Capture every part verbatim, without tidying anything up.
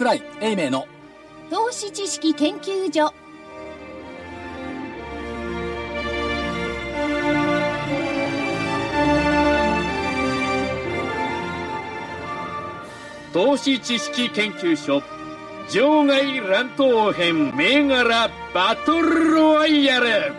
櫻井英明の投資知識研究所。 投資知識研究所場外乱闘編銘柄バトルロワイヤル。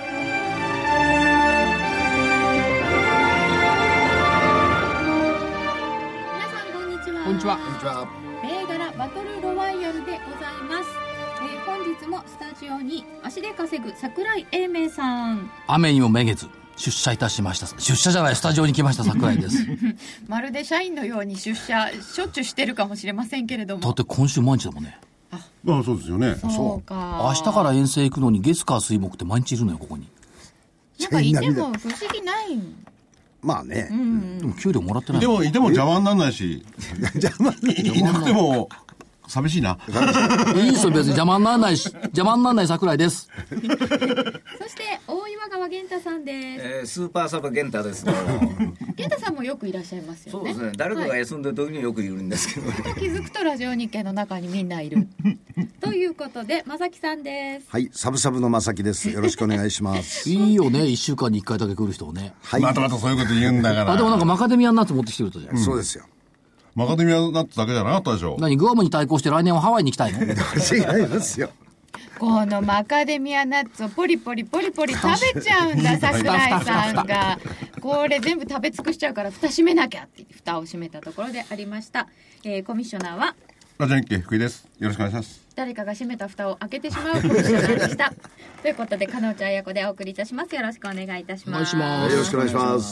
皆さんこんにちは。 こんにちは。 こんにちは。 銘柄バトルロワイヤルでございます。えー、本日もスタジオに足で稼ぐ櫻井英明さん。 雨にもめげず出社いたしました。出社じゃない、スタジオに来ました櫻井ですまるで社員のように出社しょっちゅうしてるかもしれませんけれども。 だって今週毎日だもんね。 ああ、そうですよね。 そうか。 明日から遠征行くのに月火水木って毎日いるのよここに。 なんかいても不思議ないん。 まあね、 うん、 でも給料もらってない。 でもいても邪魔にならないし邪魔いなくても寂しいな。 いいですよ、別に邪魔にならないし、邪魔にならない櫻井です。 そして大岩川源太さんです。 えー、スーパーサブ源太です。 源太さんもよくいらっしゃいますよね。 そうですね。誰かが休んでる時によくいるんですけど、 はい、気づくとラジオ日経の中にみんないるということで、正木さんです。 はい、サブサブの正木です。よろしくお願いしますいいよね、いっしゅうかんにいっかいだけ来る人をね。 はい、 またまたそういうこと言うんだから。 あ、でもなんかマカデミアナッツ持ってきてるとじゃん、 うん、そうですよ。 マカデミアナッツだけじゃなかったでしょ。 何、グアムに対抗して来年はハワイに行きたいの？ 違いますよ。 このマカデミアナッツをポリポリポリポリ食べちゃうんだ櫻井さんが。これ全部食べ尽くしちゃうから蓋閉めなきゃって蓋を閉めたところでありました。えー、コミッショナーはラジオ日経福井です。よろしくお願いします。 誰かが閉めた蓋を開けてしまうコミッショナーでしたということで、金内彩子でお送りいたします。よろしくお願いいたします。 お願いします。 よろしくお願いします。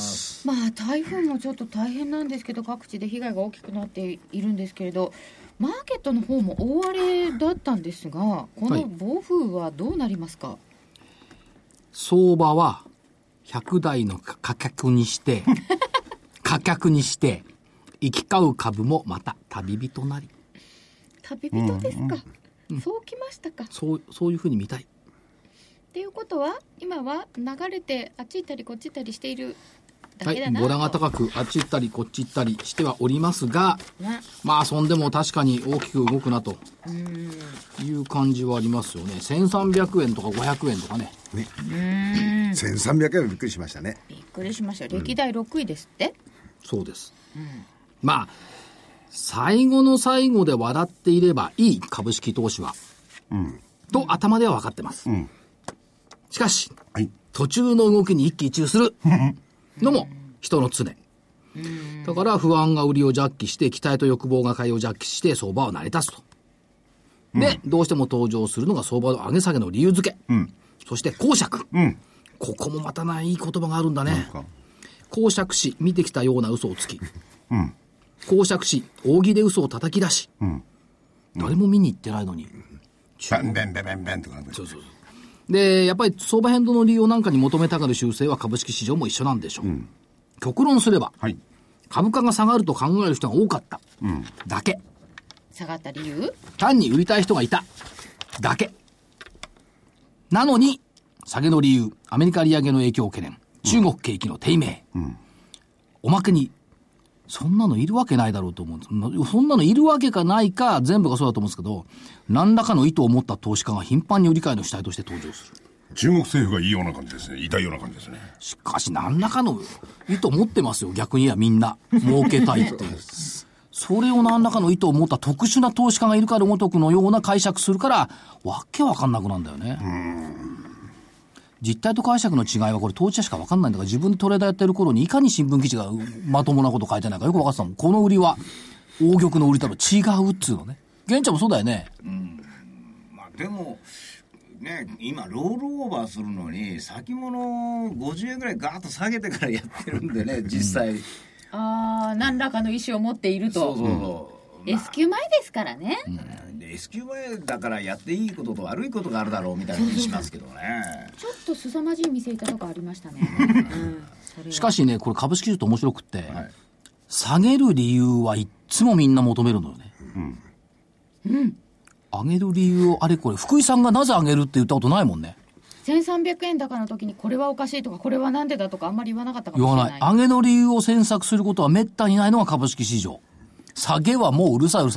まあ台風もちょっと大変なんですけど、各地で被害が大きくなっているんですけれど、マーケットの方も大荒れだったんですが、この暴風はどうなりますか？はい、 相場はひゃくだいの価格にして価格にして行き交う株もまた旅人なり。 旅人ですか、うんうん、そうきましたか。 そうそういうふうに見たいっていうことは、今は流れてあっち行ったりこっち行ったりしているだけだなと。 はい、ボラが高くあっち行ったりこっち行ったりしてはおりますが、ね、まあそんでも確かに大きく動くなという感じはありますよね。せんさんびゃくえんとかごひゃくえんとかね。 ね、うん、せんさんびゃくえんはびっくりしましたね。 びっくりしました。歴代ろくいですって、 うん、そうです、うん、まあ最後の最後で笑っていればいい株式投資は、うん、と頭では分かってます、うん、しかし、はい、途中の動きに一喜一憂するのも人の常だから、不安が売りをジャッキして期待と欲望が買いをジャッキして相場は成り立つと。で、うん、どうしても登場するのが相場の上げ下げの理由付け、うん、そして公爵、うん、ここもまたないい言葉があるんだね。公爵し見てきたような嘘をつき、うん、公爵し扇で嘘を叩き出し、うん、誰も見に行ってないのに、 ベンベンベンベンベンとか、ね、 そうそうそうで、やっぱり相場変動の理由なんかに求めたがる修正は株式市場も一緒なんでしょう、うん、極論すれば、はい、株価が下がると考える人が多かった、うん、だけ。 下がった理由、 単に売りたい人がいただけなのに、下げの理由、アメリカ利上げの影響を懸念、中国景気の低迷、うん、おまけにそんなのいるわけないだろうと思うんです。そんなのいるわけがないか、全部がそうだと思うんですけど、何らかの意図を持った投資家が頻繁に売り買いの主体として登場する。 中国政府がいいような感じですね。痛いような感じですね。 しかし何らかの意図を持ってますよ。逆に言えばみんな儲けたいっていうそれを何らかの意図を持った特殊な投資家がいるからごとくのような解釈するから、わけわかんなくなるんだよね。うーん、実態と解釈の違いはこれ当事者しか分かんないんだから、自分でトレーダーやってる頃にいかに新聞記事がまともなこと書いてないかよく分かってたもん。この売りは大玉の売りだろ、違うっつうのね。玄ちゃんもそうだよね。 うん、まあでもね、今ロールオーバーするのに先物ごじゅうえんぐらいガーッと下げてからやってるんでね、実際、うん、 ああ、何らかの意思を持っていると。 そうそうそう、 まあ、S q 前ですからね、 うん、で S q 前だからやっていいことと悪いことがあるだろうみたいな気しますけどね。 ちょっと凄まじい見せいたとこありましたね、 うん、しかしね、これ株式市場って面白くって、はい、下げる理由はいっつもみんな求めるのよね、うんうん、上げる理由をあれこれ、福井さんがなぜ上げるって言ったことないもんね。 せんさんびゃくえん高の時にこれはおかしいとかこれはなんでだとかあんまり言わなかったかもしれない。 言わない。上げの理由を詮索することはめったにないのが株式市場。下げはもううるさいうるさい。 あ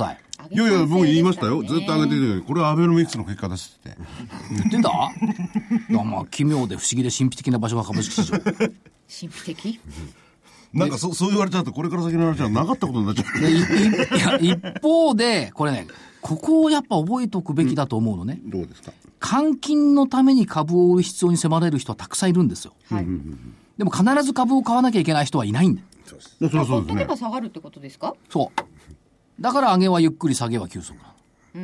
いやいや、僕言いましたよ。ずっと上げてる。これはアベノミクスの結果ですって。 言ってんだいや、まあ、奇妙で不思議で神秘的な場所が株式市場。 神秘的なんかそそう言われちゃうと、これから先の話はなかったことになっちゃう。 でいいや一方で、これね、ここをやっぱ覚えておくべきだと思うのね。 どうですか？ 換金のために株を売る必要に迫れる人はたくさんいるんですよ。はい、でも必ず株を買わなきゃいけない人はいないんだよ。 そうです。そうですね。 ほっとけば下がるってことですか？ そう。だから上げはゆっくり下げは急速な。うん、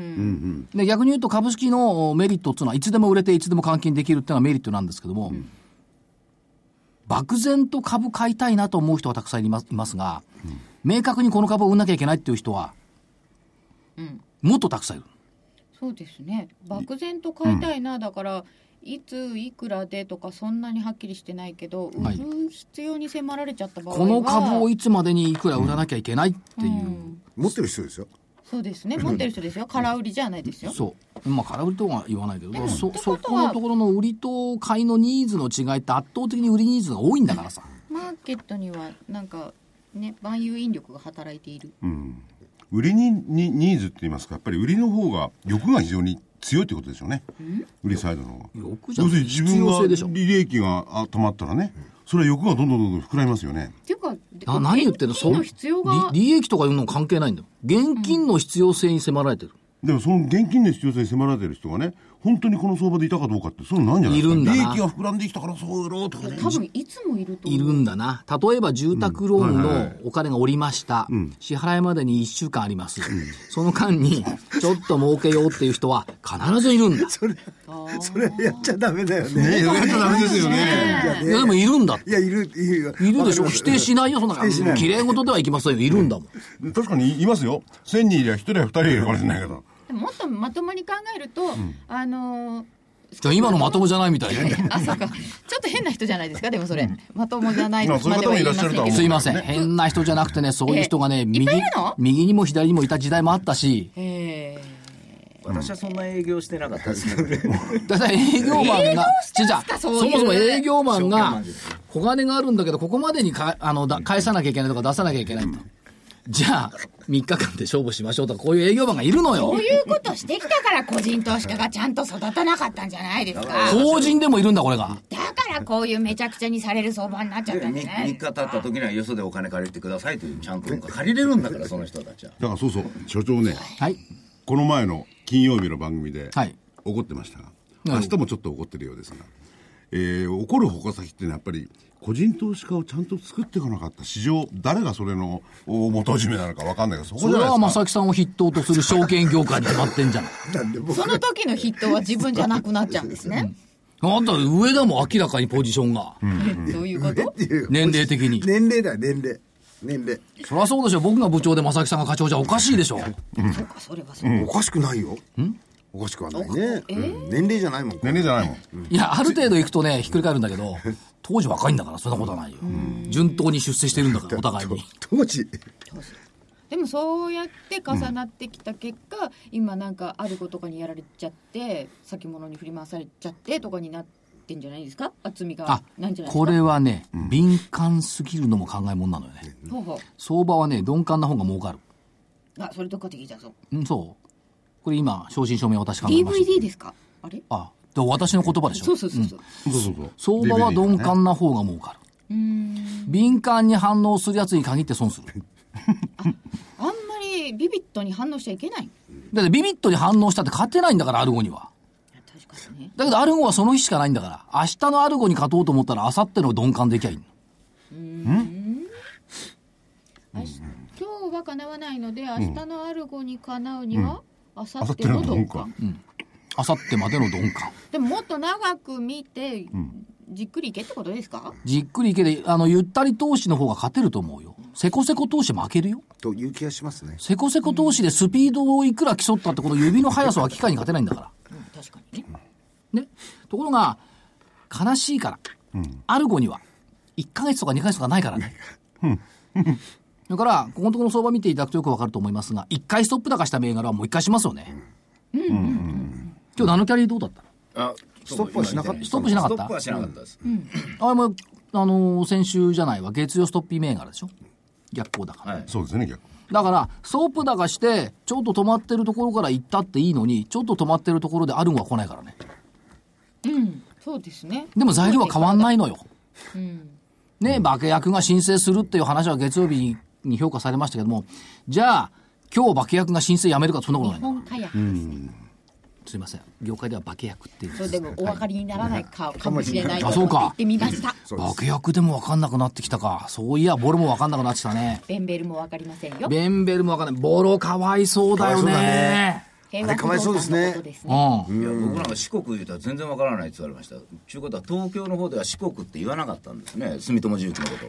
で逆に言うと株式のメリットっていうのはいつでも売れていつでも換金できるっていうのはメリットなんですけども、うん、漠然と株買いたいなと思う人はたくさんいます、いますが、うん、明確にこの株を売んなきゃいけないっていう人は、うん、もっとたくさんいる。 そうですね。漠然と買いたいな、うん、だからいついくらでとかそんなにはっきりしてないけど、売る必要に迫られちゃった場合は、 この株をいつまでにいくら売らなきゃいけないっていう、うんうん、 持ってる人ですよ。 そうですね、持ってる人ですよ。空売りじゃないですよ。 そう、まあ空売りとは言わないけど、そそこのところの売りと買いのニーズの違いって圧倒的に売りニーズが多いんだからさ。 マーケットにはなんかね、万有引力が働いている。 うん、売りににニーズって言いますか、やっぱり売りの方が欲が非常に強いってことでしょうね。売りサイドの方が。 欲じゃなくて必要性でしょ。 自分が利益が止まったらね、それは欲がどんどんどんどん膨らみますよね。 っていうか、 あ、何言ってんの？その利, 利益とかいうの関係ないんだよ。現金の必要性に迫られてる。 うん、でもその現金の必要性に迫られてる人がね、本当にこの相場でいたかどうかってそういうのなんじゃないですか。 いるんだな。 利益が膨らんできたからそう売ろうとかね。 多分いつもいると思う。 いるんだな。例えば住宅ローンのお金が下りました。うん、支払いまでにいっしゅうかんあります。うん、その間にちょっと儲けようっていう人は必ずいるんだ。 それ、それやっちゃダメだよね。 ね、やっちゃダメですよね。 いやでもいるんだ。 いや、いる、いる。 いるでしょ。否定しないよ、そんな感じ。綺麗事ではいきませんよ。いるんだもん。確かにいますよ。せんにんいりゃひとりやふたりいるかもしれないけど。 もっとまともに考えると、うん、あのー、 じゃあ今のまともじゃないみたいな。 あ、そうか。ちょっと変な人じゃないですか、でもそれ。うん、まともじゃないとまでは言いませんけど。 すいません。変な人じゃなくてね、そういう人がね、右、右にも左にもいた時代もあったし。 へー。私はそんな営業してなかったですけどね。 だから営業マンが、じゃあ、そもそも営業マンが、小金があるんだけど、ここまでにかあのだ返さなきゃいけないとか出さなきゃいけないと。じゃあみっかかんで勝負しましょうとか、こういう営業マンがいるのよ。 そういうことしてきたから個人投資家がちゃんと育たなかったんじゃないですか。 法人でもいるんだこれが。 だからこういうめちゃくちゃにされる相場になっちゃったんじゃない。 みっか経った時にはよそでお金借りてくださいというちゃんと借りれるんだからその人たちは。 だからそうそう、所長ね、はい、この前の金曜日の番組で、はい、怒ってましたが、明日もちょっと怒ってるようですが、えー、怒る矛先っていうのはやっぱり個人投資家をちゃんと作っていかなかった市場、誰がそれの元締めなのか分かんないけど、そこじゃないですか。 それは正木さんを筆頭とする証券業界に決まってんじゃない。 その時の筆頭は自分じゃなくなっちゃうんですね。 うん、あんた上だもん、明らかにポジションが。 うん、どういうこと？ 年齢的に。 年齢だよ、年齢。年齢。 そりゃそうでしょ。僕が部長で正木さんが課長じゃおかしいでしょ。 うん、そうか、それはそう、うん。 おかしくないよ。んおかしくはないね、えー、年齢じゃないもん。 年齢じゃないもん。 いや、ある程度いくとね、ひっくり返るんだけど、当時若いんだからそんなことはないよ。順当に出世してるんだから、お互いに。 当時。 でもそうやって重なってきた結果、うん、今なんかあることかにやられちゃって、先物に振り回されちゃってとかになってんじゃないですか。厚みがないんじゃないですか。 これはね、うん、敏感すぎるのも考えもんなのよね。うん、相場はね、鈍感な方が儲かる。 あ、それどっかで聞いたぞ。 うん、そう。これ今正真正銘私考えました。 ディーブイディー ですか。あれ、 あ、で私の言葉でしょ。 そうそうそうそう、うん、 そうそうそう。 相場は鈍感な方が儲かる。うーん、敏感に反応するやつに限って損する。 あ, あんまりビビットに反応しちゃいけない。 だってビビットに反応したって勝てないんだから、アルゴには。 確かにね。 だけどアルゴはその日しかないんだから、明日のアルゴに勝とうと思ったら明後日の鈍感できゃいいの。うーん、 今日は叶わないので明日のアルゴにかなうには、うん、あさっての鈍感、うん、 あさってまでの鈍感。 でももっと長く見て、うん、じっくりいけってことですか。 じっくりいけで、あのゆったり投資の方が勝てると思うよ。セコセコ投資負けるよという気がしますね。 セコセコ投資でスピードをいくら競ったってこの指の速さは機械に勝てないんだから、 うん、確かにね。 ね、ところが悲しいから、うん、アルゴにはいっかげつとかにかげつとかないからね。だからここのところの相場見ていただくとよくわかると思いますが、いっかいストップ高した銘柄はもういっかいしますよね。うんうんうんうん、今日ナノキャリーどうだったの？ あ、ストップはしなかった。 ストップしなかった。 ストップはしなかったです。 うん、あれもあのー、先週じゃないわ、月曜ストッピー銘柄でしょ。逆行だから、 はい、そうですね、逆。 だからソープ高してちょっと止まってるところから行ったっていいのに、ちょっと止まってるところでアルゴは来ないからね。 うんそうですね。 でも材料は変わんないのよ。うんね、化薬が申請するっていう話は月曜日に評価されましたけども、じゃあ今日化薬が申請やめるか、そんなことないんだ。 日本化薬ですね。 すいません、業界では化薬っていう。 それでもお分かりにならないかかもしれないあ、そうか。 言ってみました。 化薬でも分かんなくなってきたか。そういやボロも分かんなくなってきたね。 ベンベルも分かりませんよ。 ベンベルも分かんない。ボロかわいそうだよね。 平和不動産のことですね。うん、いや僕なんか四国言うたら全然わからないって言われました。ということは東京の方では四国って言わなかったんですね、住友重機のこと。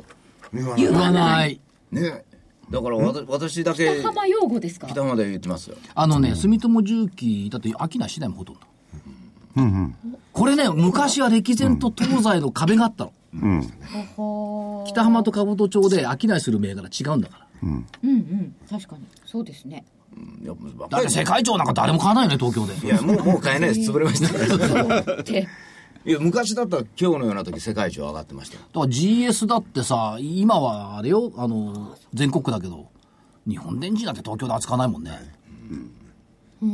言わないね。だからわた私だけ北浜用語ですか。 北浜で言ってますよ。 あのね、住友重機だって商いしないもんほとんど、うんうん、これね昔は歴然と東西の壁があったの、うんうん、北浜と兜町で商いする銘柄違うんだから、 うん、うんうん確かにそうですね。 うん、やだって世界長なんか誰も買わないよね東京で。 いやもうもう買えないです、潰れましたいや昔だったら今日のような時世界一は上がってました。だから ジーエス だってさ、今はあれよ、あの全国区だけど日本電機だって東京で扱わないもんね。うん、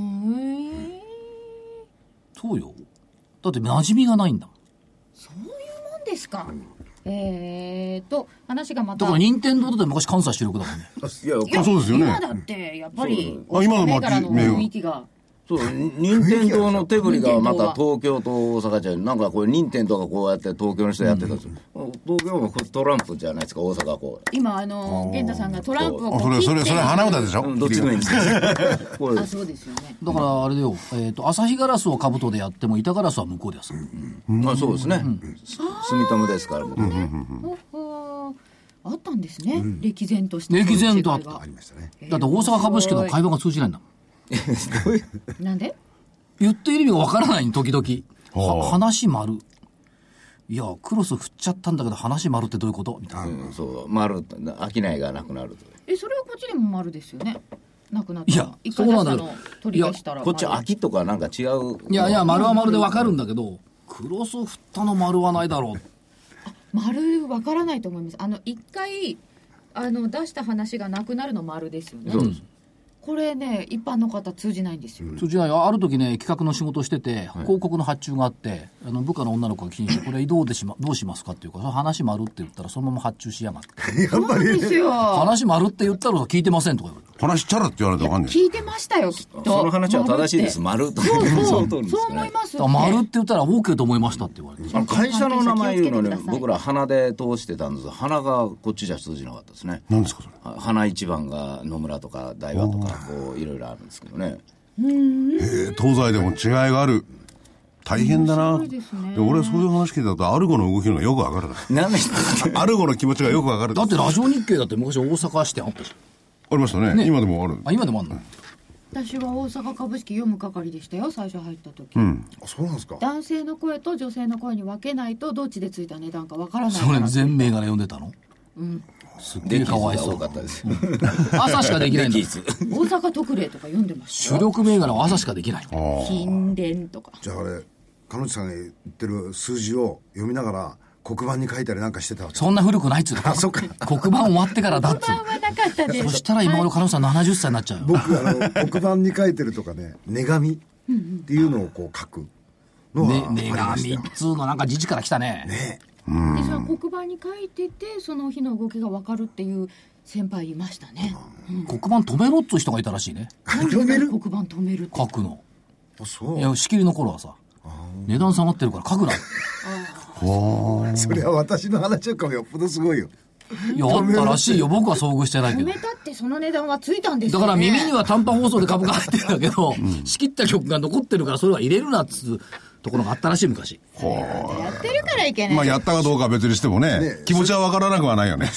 へそうよ。だって馴染みがないんだもん。 そういうもんですか。えーと話がまただから任天堂だって昔関西主力だもんね。 いやいやそうですよね。 今だってやっぱりあ今の銘柄の雰囲気がそう任天堂の手振りがまた東京と大阪じゃなんかこれ任天堂がこうやって東京の人やってたんですよ、うん、東京もトランプじゃないですか、大阪はこう今あの源太さんがトランプをこうそれそれそれ花歌でしょ、 うん、どっちでもいいんですけどあそうですよね。 だからあれだよ、えー、と朝日ガラスを兜でやっても板ガラスは向こうでやする、 うんうん、あそうですね、うん、住友ですからね、うんうんうん、あったんですね、うん、歴然とした歴然とあったありましたね。だって大阪株式の会話が通じないんだもんなんで言っている意味がわからないに時々は話丸いやクロス振っちゃったんだけど話丸ってどういうことみたいな、 うん、そう丸商いがなくなると。 えそれはこっちでも丸ですよね。なくなったいやそうなんだけど取り出したらこっち秋とかなんか違う。 いやいや丸は丸でわかるんだけどクロス振ったの丸はないだろう。 あ丸わからないと思います。あの一回あの出した話がなくなるの丸ですよね。そうです。これね一般の方通じないんですよ、うん、 通じないよ。ある時ね企画の仕事してて、はい、広告の発注があってあの部下の女の子が気にしてこれどうでしまどうしますかっていうかその話丸って言ったらそのまま発注しやがってやっぱりですよ話丸って言ったら聞いてませんとか言われて話チャラって言われたらわかんない。 聞いてましたよきっと。 その話は正しいです。丸とそうそうそう思いますよね。 丸って言ったら OK と思いましたって言われてあの会社の名前言うのに僕ら鼻で通してたんです鼻がこっちじゃ通じなかったですね。 何ですかそれ。 鼻一番が野村とか大和とかこういろいろあるんですけどね。 うんへ東西でも違いがある。大変だな。で俺はそういう話聞いたとアルゴの動きのがよくわかるな。なんでアルゴの気持ちがよくわかる。 だってラジオ日経だって昔大阪支店あったじゃん。 ありましたね。ね今でもある。 あ今でもあるの、うん、 私は大阪株式読む係でしたよ最初入った時、 うん、 あそうなんですか。 男性の声と女性の声に分けないとどっちでついた値段かわからないから。 それ全銘柄読んでたの。 うんすっげえかわいそう。 多かったです朝しかできないんだ。大阪特例とか読んでました主力銘柄は朝しかできない。 金蓮とか。 じゃああれ彼女さんが言ってる数字を読みながら黒板に書いたりなんかしてたわけ。 そんな古くないっつうの。 あそっか黒板終わってからだっつう。 黒板はなかったです。 そしたら今頃彼女さんななじゅっさいになっちゃうよ。 僕あの黒板に書いてるとかね値紙っていうのをこう書くのは値紙っつうのなんか自治から来たね。 ねうんでその黒板に書いててその日の動きが分かるっていう先輩いましたね、 うん、黒板止めろっつう人がいたらしいね。 止める黒板止めるって書くの。 あそういや仕切りの頃はさ値段下がってるから書くな。 あそれは私の話よりかもよっぽどすごいよ。 いやあったらしいよ。僕は遭遇してないけど。 止めたってその値段はついたんですよね。 だから耳には短波放送で株が入ってるんだけど、うん、仕切った曲が残ってるからそれは入れるなっつうところがあったらしい昔。 やってるからいけない。 まあやったかどうかは別にしても ね, ね気持ちは分からなくはないよね。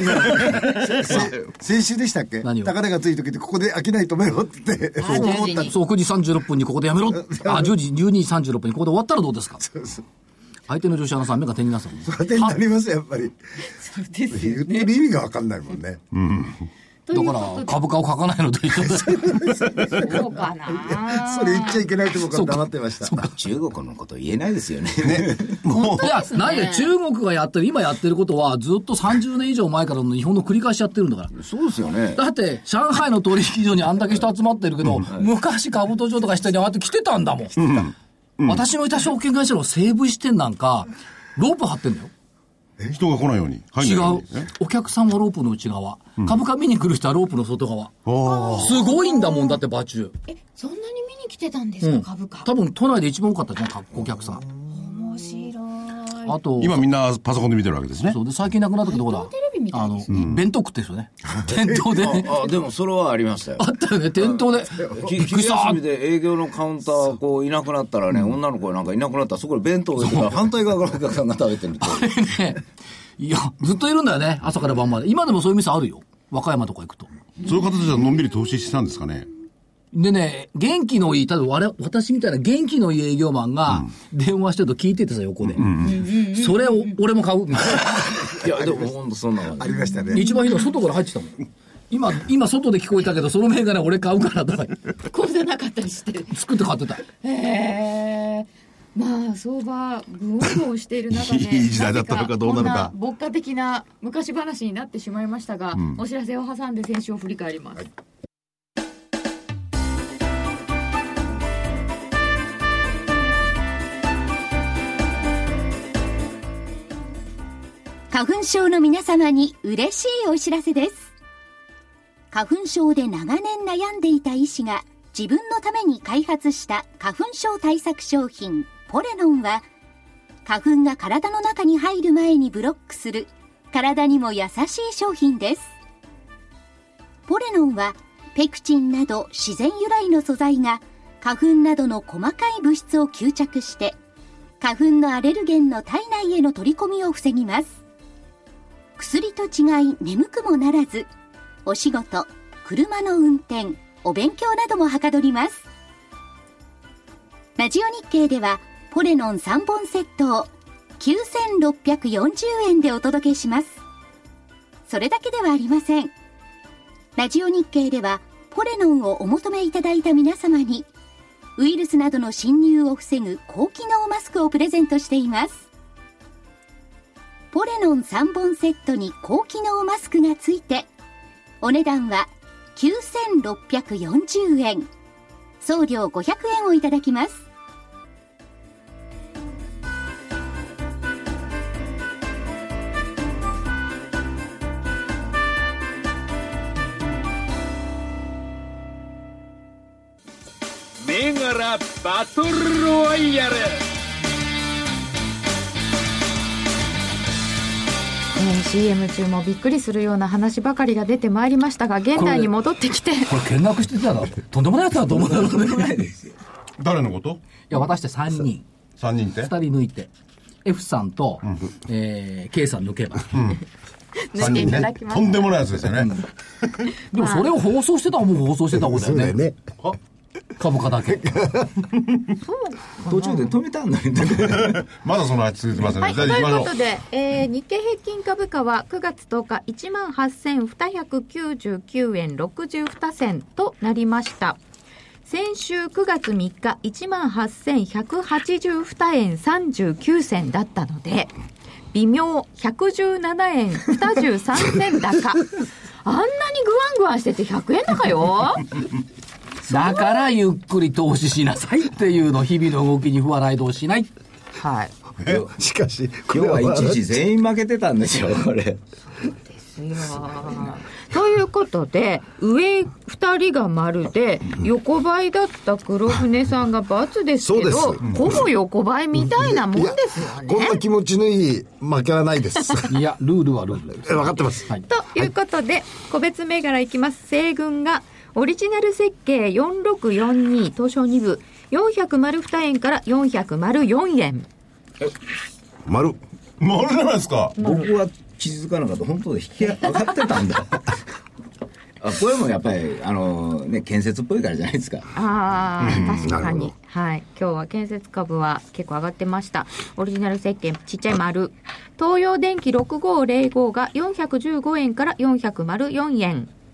先週でしたっけ。高値がついときてここで飽きない止めろって言ってそう思った。そうくじさんじゅうろっぷんにここでやめろあじゅうじじゅうにじさんじゅうろっぷんにここで終わったらどうですか。そうそう相手の女子アナさん目が手になさる。 手になりますやっぱり。 そうですよね。 言ってる意味が分かんないもんね。うんだから株価を書かないのと一緒だそうかなそれ言っちゃいけないとこから黙ってました。 中国のこと言えないですよね。 もういや、なんで中国がやってる、今やってることはずっとさんじゅうねん以上前からの日本の繰り返しやってるんだから。 そうですよね。 だって上海の取引所にあんだけ人集まってるけど、うん、昔株都庁とか下に上がって来てたんだもん。うんうん、私のいた証券会社の西武支店なんかロープ張ってんだよ。 人が来ないように。 違う。お客さんはロープの内側、うん、株価見に来る人はロープの外側。すごいんだもんだって場中。 え、そんなに見に来てたんですか、うん、株価。 多分都内で一番多かったじゃん、お客さん。 面白い。 あと今みんなパソコンで見てるわけですね。 そうで最近なくなったけどほら、 テレビみたいですね。 あの、弁当食ってる人ね。店頭でね。 ああ、でもそれはありましたよ。 あったよね、店頭で。 昼休みで営業のカウンターこういなくなったらね、女の子なんかいなくなったらそこで弁当を置いてから反対側からお客さんが食べてるって。 あれね、いやずっといるんだよね、朝から晩まで。今でもそういう店あるよ、和歌山とか行くと。 そういう方たちはのんびり投資してたんですかね。 でね、元気のいい、例えば私みたいな元気のいい営業マンが電話してると聞いててさ、横で。うん、それを俺も買うみたいな。いや、でも本当そんなありましたね。 一番ひどい外から入ってきたもん。今、今外で聞こえたけど、その銘柄俺買うからとか。 こうじゃなかったりして。 作って買ってた。 へー。まあ、相場、ぐおんぐおんしている中で、 いい時代だったのかどうなのか。 牧歌的な昔話になってしまいましたが、うん、お知らせを挟んで先週を振り返ります。はい、 花粉症の皆様に嬉しいお知らせです。花粉症で長年悩んでいた医師が自分のために開発した花粉症対策商品ポレノンは、花粉が体の中に入る前にブロックする体にも優しい商品です。ポレノンはペクチンなど自然由来の素材が花粉などの細かい物質を吸着して花粉のアレルゲンの体内への取り込みを防ぎます。薬と違い眠くもならず、お仕事、車の運転、お勉強などもはかどります。ラジオ日経ではポレノンさんぼんセットをきゅうせんろっぴゃくよんじゅうえんでお届けします。それだけではありません。ラジオ日経ではポレノンをお求めいただいた皆様にウイルスなどの侵入を防ぐ高機能マスクをプレゼントしています。ポレノンさんぼんセットに高機能マスクがついてお値段はきゅうせんろっぴゃくよんじゅうえん、送料ごひゃくえんをいただきます。 銘柄バトルロワイヤル。 シーエム 中もびっくりするような話ばかりが出てまいりましたが、現代に戻ってきてこれ見学してたらとんでもないやつだと思うので誰のこと？ いや、私ってさんにんさんにんってふたり抜いて F さんと、うんえー、K さん抜けば、うん、 抜いていただきます、 ね、とんでもないやつですよね、うん、 でもそれを放送してたもん放送してたことだよね。そうだよね。株価だけ途中で止めたんだけどまだその話続いてますね、 はい、ということで、えー、日経平均株価はくがつとおか いちまんはっせんにひゃくきゅうじゅうきゅうえんろくじゅうにせんとなりました。先週くがつみっか いちまんはっせんひゃくはちじゅうにえんさんじゅうきゅうせんだったので、微妙ひゃくじゅうななえんにじゅうさんせん高あんなにグワングワンしててひゃくえん高よだからゆっくり投資しなさいっていうの、日々の動きに不笑い動しない。 はい。 しかし今日は一時全員負けてたんですよこれ。 ですよ。ということで上ふたりが丸で横ばいだった黒船さんが×ですけど、ほぼ横ばいみたいなもんですよね。 こんな気持ちのいい負けはないです。 いやルールはルールです。 分かってます、 はい、ということで、はい、個別銘柄いきます。西軍がオリジナル設計よんろくよんに東証に部よんひゃくにえんからよんひゃくよんえん。 え丸丸じゃないですか。 僕は気づかなかった。本当で引き上がってたんだあ、これもやっぱりあの、ね、建設っぽいからじゃないですか。 ああ、確かに、はい、今日は建設株は結構上がってました。オリジナル設計ちっちゃい丸、東洋電機ろくごーぜろごがよんひゃくじゅうごえんからよんひゃくよんえん。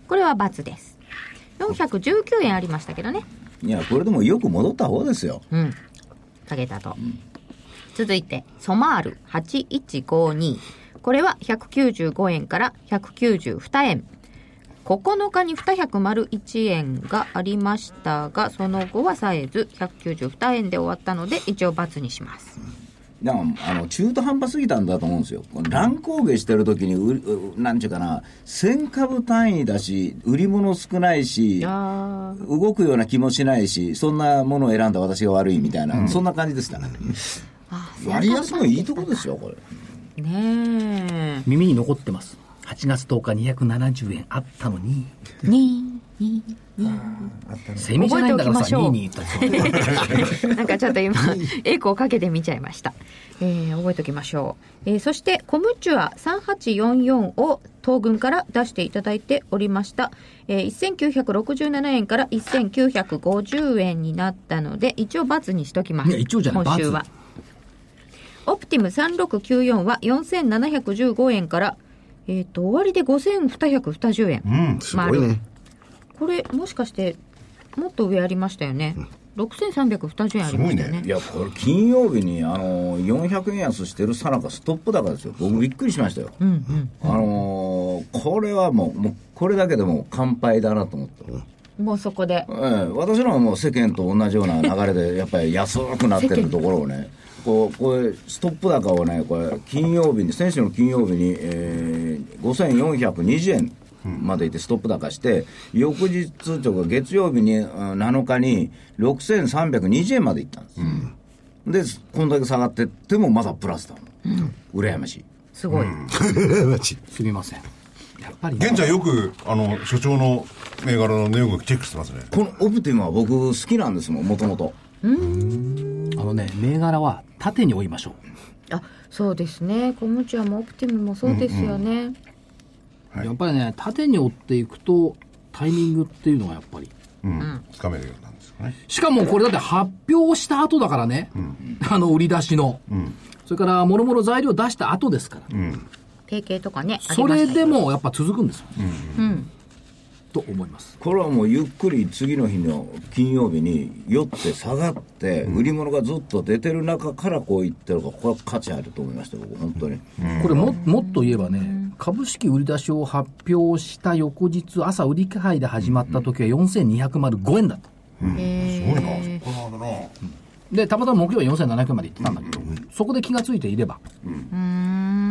これは×です。よんひゃくじゅうきゅうえんありましたけどね。 いや、これでもよく戻った方ですよ。 うん。下げたと。うん、続いて、ソマールはちいちごに。これはひゃくきゅうじゅうごえんからひゃくきゅうじゅうにえん。ここのかににひゃくいちえんがありましたが、その後は冴えずひゃくきゅうじゅうにえんで終わったので、一応×にします。 だからあの中途半端すぎたんだと思うんですよ。乱高下してる時にうなんちゅうかな、せん株単位だし、売り物少ないし、動くような気もしないし、そんなものを選んだ私が悪いみたいな、うん、そんな感じでしたね。割安もいいとこですよこれ。 ねえ、 耳に残ってます。はちがつとおかにひゃくななじゅうえんあったのににににセミじゃないんだからさ、にに言ったなんかちょっと今エコーかけてみちゃいました、えー、覚えておきましょう、えー、そしてコムチュアさんはちよんよんを東軍から出していただいておりました、えー、せんきゅうひゃくろくじゅうななえんからせんきゅうひゃくごじゅうえんになったので一応×にしときます。 いや一応じゃない、 今週はオプティムさんろくきゅうよんはよんせんななひゃくじゅうごえんからえー、と終わりでごせんにひゃくにじゅうえん、 うん、すごいね。 これもしかしてもっと上ありましたよね、うん、ろくせんさんびゃくにじゅうえんありましたよね。 いやこれ金曜日にあのよんひゃくえん安してるさなかストップ高ですよ。僕びっくりしましたよ、うんうん、あのー、これはもう、もうこれだけでも乾杯だなと思った、 うん、もうそこで、 えー、私のはもう世間と同じような流れでやっぱり安くなってるところをねこうこれストップ高をねこれ金曜日に先週の金曜日に、えー、ごせんよんひゃくにじゅうえんまでいてストップ高して、うん、翌日というか月曜日になのかにろくせんさんびゃくにじゅうえんまでいったんです、うん、でこんだけ下がってってもまだプラスだもん、うん、羨ましい、 すごい、うん、 羨ましい。 すみません。やっぱり現在よくあの所長の銘柄の値動きチェックしてますね。 このオプティムは僕好きなんですもん、もともと。 あのね、銘柄は縦に追いましょう。あ、そうですね。コムチュアもオプティムもそうですよね、うんうん、 はい、やっぱりね縦に追っていくとタイミングっていうのがやっぱりうん、つかめるようなんですかね。 しかもこれだって発表した後だからね、うん、あの売り出しの、うん、それからもろもろ材料出した後ですから、うん、 提携とかね、 それでもやっぱ続くんですよ、うんうん、と思います。 これはもうゆっくり次の日の金曜日に酔って下がって、うん、売り物がずっと出てる中からこう言ってるから、これは価値あると思いました僕本当に、 うん、これ も, もっと言えばね、うん、株式売り出しを発表した翌日朝売り買いで始まった時はよんせんにひゃくごえんだった、うん、 へー、すごいな、そうなんだな、 うん、でたまたま木曜はよんせんななひゃくえんまで行ってたんだけど、うん、そこで気がついていれば、うん、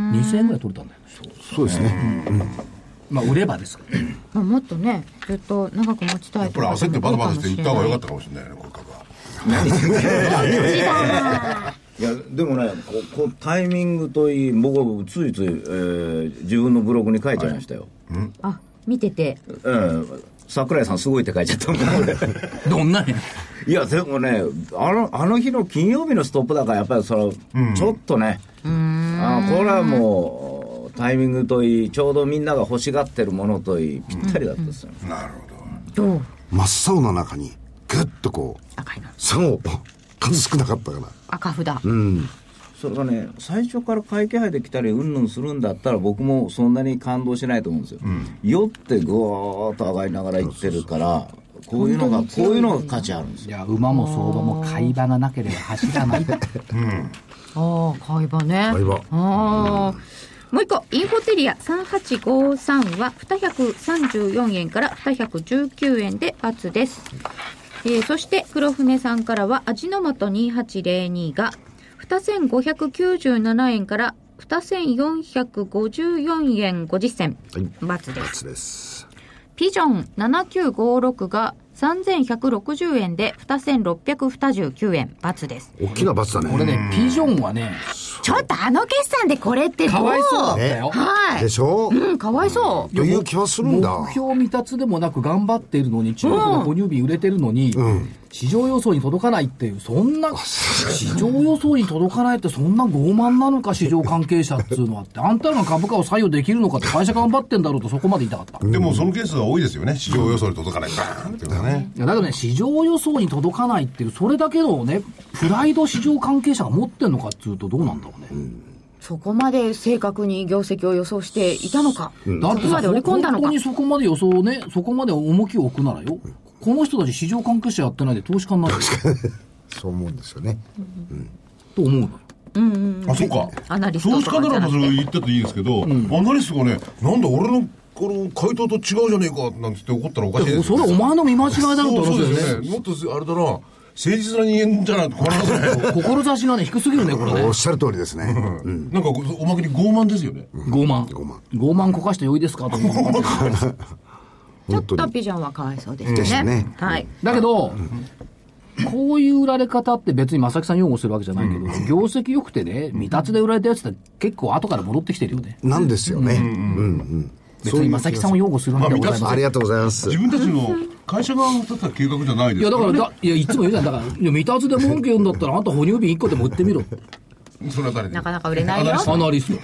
にせんえんぐらい取れたんだよね。 そう、そうですね、うんうん、 まあ売ればですから、ね、 まあ、もっとねずっと長く持ちたいとか、 これ焦ってバタバタしていった方が良かったかもしれないね、これ株は。 何いやでもねここタイミングといい僕はついつい、えー、自分のブログに書いちゃいましたよ、 はい、うん、あ見てて、 えー、桜井さんすごいって書いちゃったもんどんなねいやでもねあの、あの日の金曜日のストップだからやっぱりその、うん、ちょっとねあこれはもうタイミングといいちょうどみんなが欲しがってるものといいぴったりだったですよ、 うんうん、なるほど。 真っ青な中にグッとこう赤いのさんを数少なかったかな、 赤札、 うん、 それがね最初から買い気配で来たりうんぬんするんだったら僕もそんなに感動しないと思うんですよ、うん、酔ってぐわーっと上がりながら行ってるからこういうのがこういうのが価値あるんですよ。 いや馬も相場も買い場がなければ走らない、うん、ああ買い場ね、 買い場、 ああ、もう一個インフォテリアさんはちごさんはにひゃくさんじゅうよんえんからにひゃくじゅうきゅうえんで×です、えー、そして黒船さんからは味の素にはちぜろにがにせんごひゃくきゅうじゅうななえんからにせんよんひゃくごじゅうよんえんごじゅっせん、はい、×です。 ×です。 ピジョンななきゅうごろくがさんぜんひゃくろくじゅうえんでにせんろっぴゃくにじゅうきゅうえん、×です。 大きな×だね。 これねピジョンはねちょっとあの決算でこれってどうかわいそうだったよ、 はい、 でしょ、 うん、かわいそうという気はするんだ。 目標未達でもなく頑張っているのに中国の哺乳瓶売れてるのに、うん、市場予想に届かないっていうそんな市場予想に届かないってそんな傲慢なのか市場関係者っていうのはってあんたらが株価を左右できるのかって会社頑張ってんだろうとそこまで言いたかった。 でもそのケースは多いですよね、市場予想に届かないバーンっていうのはね。 いやだけどね市場予想に届かないっていうそれだけのねプライド市場関係者が持ってんのかっていうとどうなんだろうね、うん、 そこまで正確に業績を予想していたのか、 うん、だってさ、本当にそこまで予想をね、そこまで重きを置くならよ、この人たち市場関係者やってないで投資家になるそう思うんですよね、 うんうん、と思うのよ。 うんうんうん、あ、そうか。 アナリスト投資家ならばそれ言ってていいですけど、うん、アナリストがね、なんだ俺のこの回答と違うじゃねえかなんて言って怒ったらおかしいですよ、ね。 それお前の見間違いだろうと思うんですよね。 もっとあれだな、誠実な人間じゃないとこれない志がね低すぎるねこれね。 おっしゃる通りですね、 うん、なんかおまけに傲慢ですよね、 うん、傲慢傲慢傲慢こかしてよいですかと思うちょっとビジョンはかわいそうですね、ですね、はい、 だけど、うん、こういう売られ方って別に正木さん擁護するわけじゃないけど、うん、業績良くてね未達で売られたやつって結構後から戻ってきてるよね。 なんですよね、うんうんうん別に正木さんを擁護するわけではございません、 まあ、ありがとうございます。 自分たちの会社側が立った計画じゃないですか、ね、 いやだからだいやいつも言うじゃんだからいや未達で文句言うんだったらあんた哺乳瓶いっこでも売ってみろそれは誰でなかなか売れないよアナリスト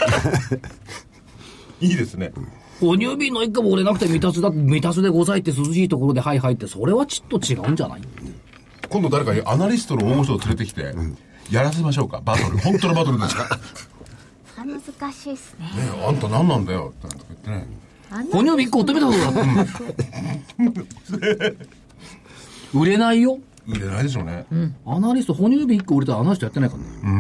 いいですね。 哺乳瓶のいっこも売れなくて未達だ未達でございって涼しいところではいはいってそれはちょっと違うんじゃない。 今度誰かアナリストの大御所を連れてきて、うん、やらせましょうかバトル本当のバトルですか難しいですね。ねえあんた何なんだよって言ってね哺乳瓶いっこ売ってみたことだ売れないよ。 売れないでしょうね、うん、 アナリスト哺乳瓶いっこ売れたらアナリストやってないからね、うん、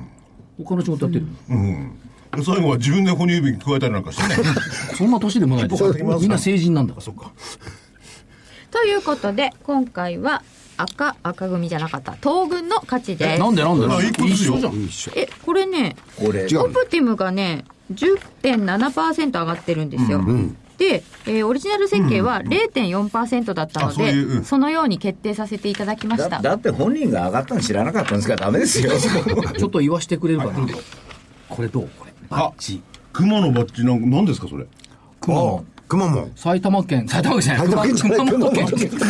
他の仕事やってる、 うんうん、最後は自分で哺乳瓶加えたりなんかしてねそんな年でもないですみんな成人なんだから。 そうかということで今回は赤赤組じゃなかった東軍の勝ちです。 なんでなんでなんで一緒じゃん。 えこれねこれオプティムがね じゅってんななパーセント 上がってるんですよ、うんうん、で、えー、オリジナル設計は れいてんよんパーセント だったので、うんうん、そ, そのように決定させていただきました。 だ, だって本人が上がったの知らなかったんですからダメですよちょっと言わしてくれるかなこれどうこれバッジ熊のバッジなんか何ですかそれ。 熊の熊本埼玉県埼玉県じゃない熊本県熊本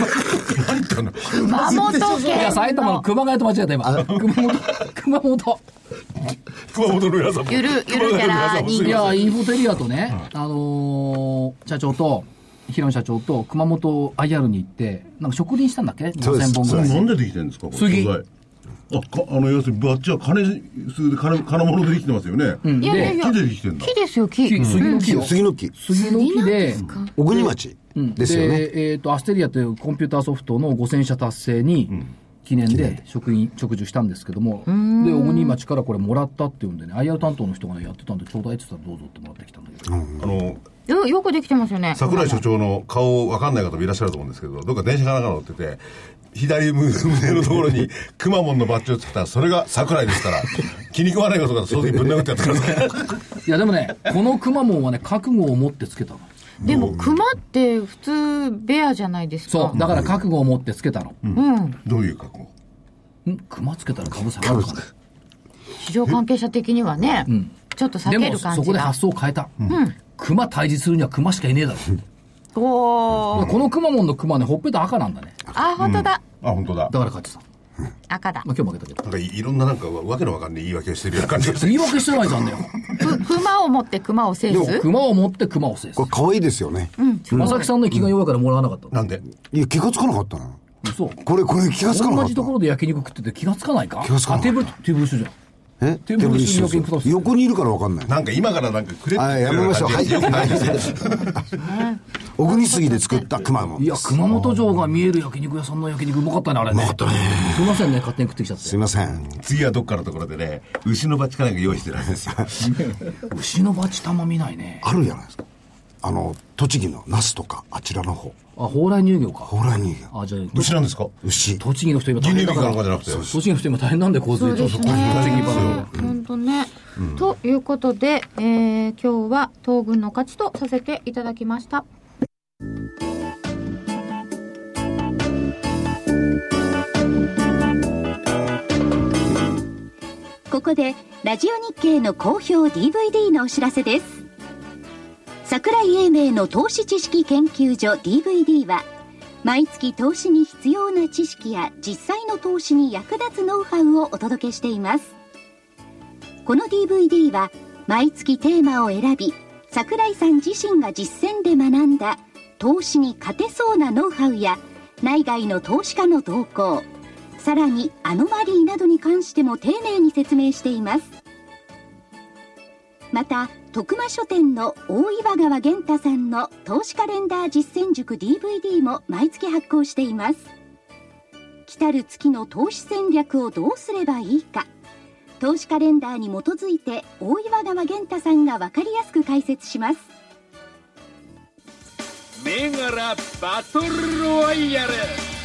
県いや埼玉の熊谷と間違えた今熊本熊本熊本の皆さんもゆるゆるキャラいやインフォテリアとね、はい、あのー、社長と平野社長と熊本 アイアール に行ってなんか植林したんだっけごせんぼんぐらい。 なんでできてるんですか杉。 あかあの要するにバッジは金数で 金, 金物でできてますよね、うん、 いやいやいや木でできてるんだ。 木ですよ木、 木杉の木よ、うん、 杉の木杉の木で小国町ですよね、 で、えー、とアステリアというコンピューターソフトのごせん社達成に記念で植林植樹したんですけども、で小国町からこれもらったっていうんでね アイアール 担当の人が、ね、やってたんでちょうだいって言ったらどうぞってもらってきたんだけど、うん、 あのよ, よくできてますよね。 櫻井所長の顔分かんない方もいらっしゃると思うんですけどどっか電車かなんか乗ってて左胸のところにくまモンのバッジをつけたらそれが桜井ですから気に食わないことからその時ぶん殴ってやってくださいいやでもねこのくまモンはね覚悟を持ってつけたの。 でもクマって普通ベアじゃないですか。 そうだから覚悟を持ってつけたの、 うんうん、どういう覚悟。 んクマつけたら株下がるかね。 市場関係者的にはね、うん、ちょっと避ける感じが。 でもそこで発想を変えた、うん、クマ退治するにはクマしかいねえだろおこのくまモンのクマねほっぺた赤なんだね。 あ本当だ、 うん、あ本当だ。 だから勝ってた赤だ、 まあ、今日負けたけどなんかいろんななんかわけのわかんない言い訳をしてるような感じがして言い訳してないじゃんだよ熊を持って熊を制す。 熊を持って熊を制す。 これ可愛いですよね。 正木さんの気が弱いからもらわなかった、うん、 なんで。 いや気がつかなかったな。 そうこれこれ気がつかなかった。 同じところで焼肉食ってて気がつかないか。 気がつかない。 テーブルテーブル一緒じゃん。 えテーブル一緒ですよ。横にいるから分かんない。 なんか今からなんかくれってやめましょう。はい小国杉で作った熊本。 いや熊本城が見える焼肉屋さんの焼肉うまかったねあれね。 うまかったね。 すいませんね勝手に食ってきちゃって。 すいません。 次はどっかのところでね牛のバチかなんか用意してるんですよ牛のバチたま見ないね。 あるじゃないですか。あの栃木の那須とかあちらの方。 あ蓬莱乳業か。 蓬莱乳業。 あじゃあ牛なんですか。 牛。 栃木の人今大変だから。 人力なんかじゃなくて栃木の人今大変なんで洪水。 そうですね本当ね、うん、ということで、えー、今日は東軍の勝ちとさせていただきました。 ここでラジオ日経の好評 ディーブイディー のお知らせです。櫻井英明の投資知識研究所 ディーブイディー は毎月投資に必要な知識や実際の投資に役立つノウハウをお届けしています。この ディーブイディー は毎月テーマを選び櫻井さん自身が実践で学んだ投資に勝てそうなノウハウや内外の投資家の動向、さらにアノマリーなどに関しても丁寧に説明しています。 また徳間書店の大岩川源太さんの投資カレンダー実践塾 ディーブイディー も毎月発行しています。来たる月の投資戦略をどうすればいいか、投資カレンダーに基づいて大岩川源太さんが分かりやすく解説します。 銘柄バトルロワイヤル。